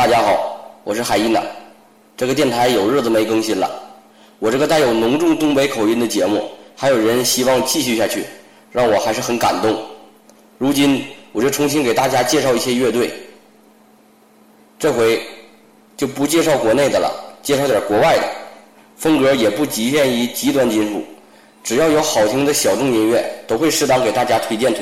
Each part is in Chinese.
大家好，我是海一娜。这个电台有日子没更新了，我这个带有浓重东北口音的节目，还有人希望继续下去，让我还是很感动。如今我就重新给大家介绍一些乐队，这回就不介绍国内的了，介绍点国外的，风格也不局限于极端金属，只要有好听的小众音乐，都会适当给大家推荐。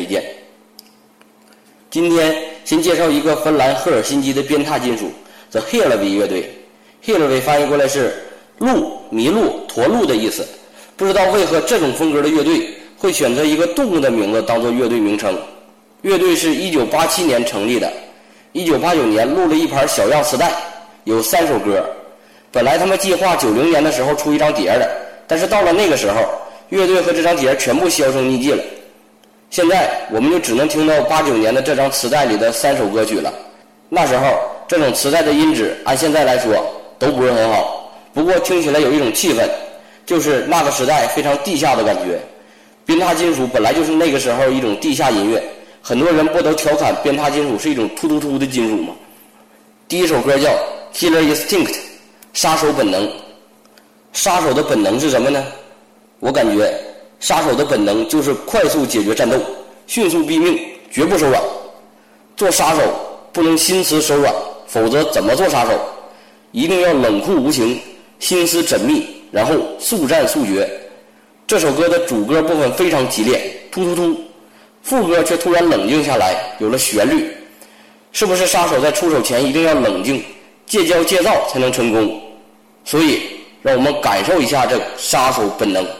今天先介绍一个芬兰赫尔辛基的鞭挞金属 The Hillevi 乐队。 Hillevi 翻译过来是鹿、麋鹿、驼鹿的意思。不知道为何这种风格的乐队会选择一个动物的名字当做乐队名称。乐队是1987年成立的，1989年录了一盘小样磁带，有3首歌。本来他们计划90年的时候出一张碟的，但是到了那个时候，乐队和这张碟全部销声匿迹了。现在我们就只能听到89年的这张磁带里的3首歌曲了。那时候这种磁带的音质按现在来说都不是很好，不过听起来有一种气氛，就是那个时代非常地下的感觉。鞭挞金属本来就是那个时候一种地下音乐，很多人不都调侃鞭挞金属是一种突突突的金属吗？第一首歌叫 Killer Instinct 杀手本能。杀手的本能是什么呢？我感觉杀手的本能就是快速解决战斗，迅速毙命，绝不手软。做杀手不能心慈手软，否则怎么做杀手？一定要冷酷无情，心思缜密，然后速战速决。这首歌的主歌部分非常激烈，突突突，副歌却突然冷静下来，有了旋律。是不是杀手在出手前一定要冷静，戒骄戒躁才能成功？所以让我们感受一下这杀手本能。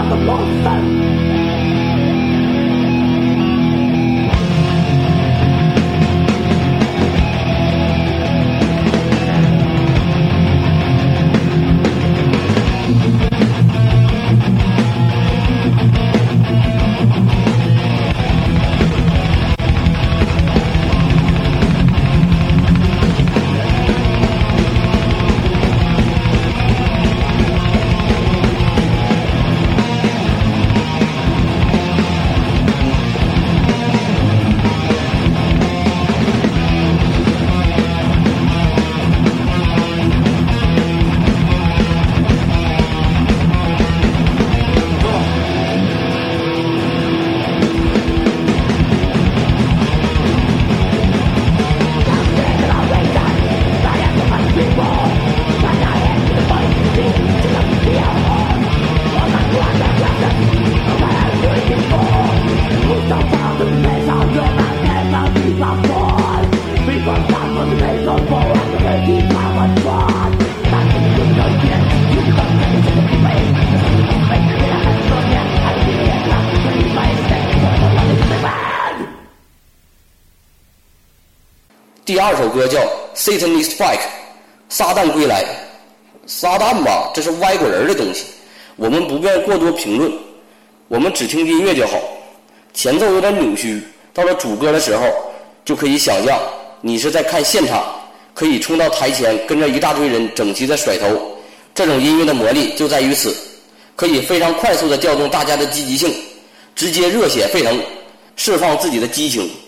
第二首歌叫 Satan is Back， 撒旦归来。撒旦吧，这是外国人的东西，我们不便过多评论，我们只听音乐就好。前奏有点扭曲，到了主歌的时候就可以想象你是在看现场，可以冲到台前跟着一大堆人整齐的甩头。这种音乐的魔力就在于此，可以非常快速地调动大家的积极性，直接热血沸腾，释放自己的激情。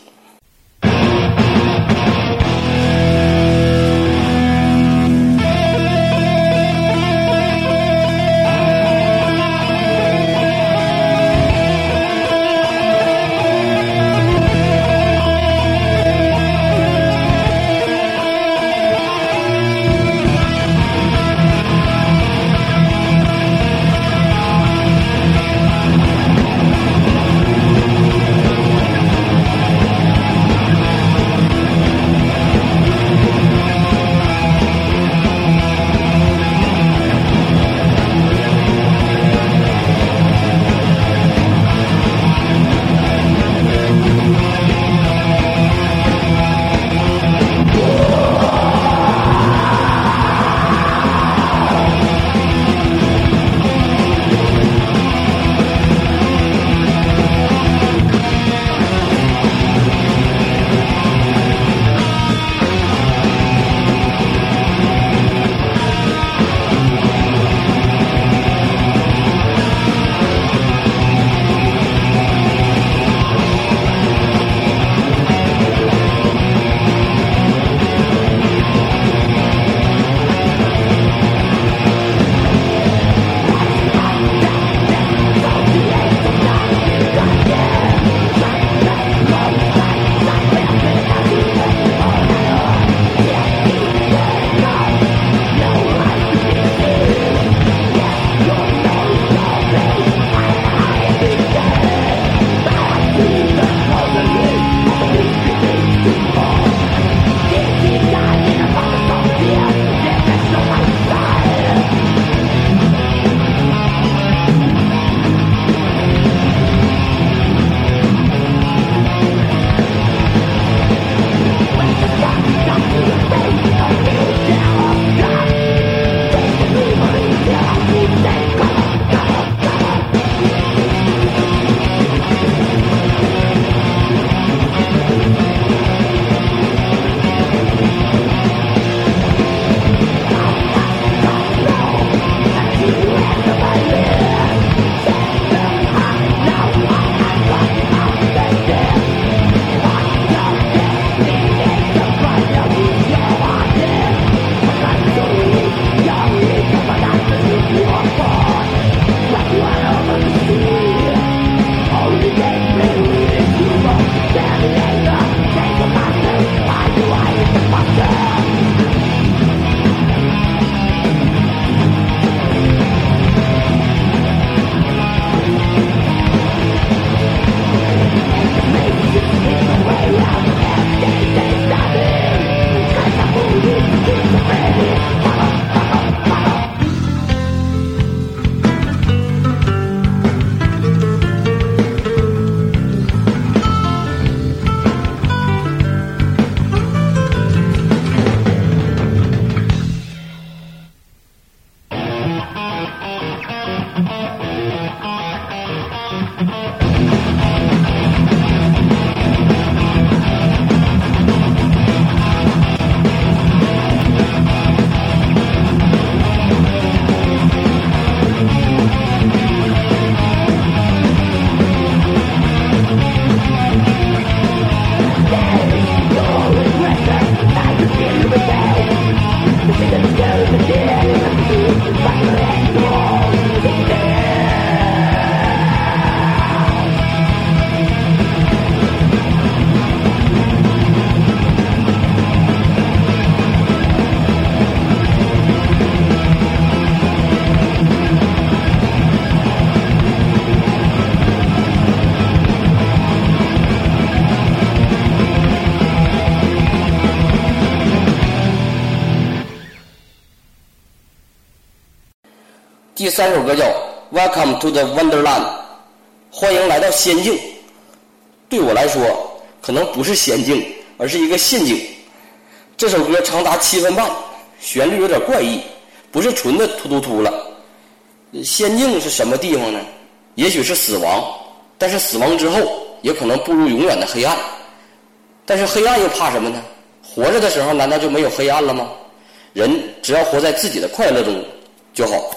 第3首歌叫 Welcome to the Wonderland， 欢迎来到仙境。对我来说可能不是仙境，而是一个陷阱。这首歌长达7分半，旋律有点怪异，不是纯的突突突了。仙境是什么地方呢？也许是死亡，但是死亡之后也可能步入永远的黑暗。但是黑暗又怕什么呢？活着的时候难道就没有黑暗了吗？人只要活在自己的快乐中就好。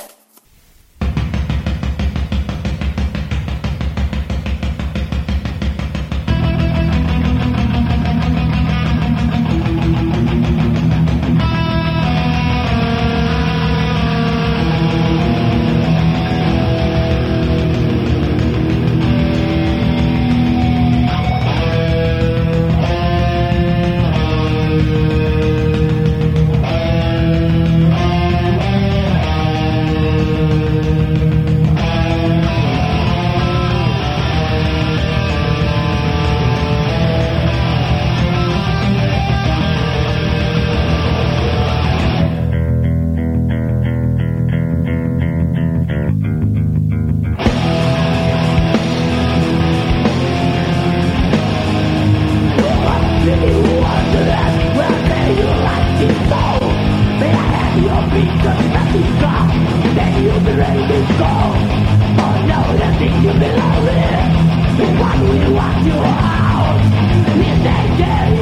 What we want you out,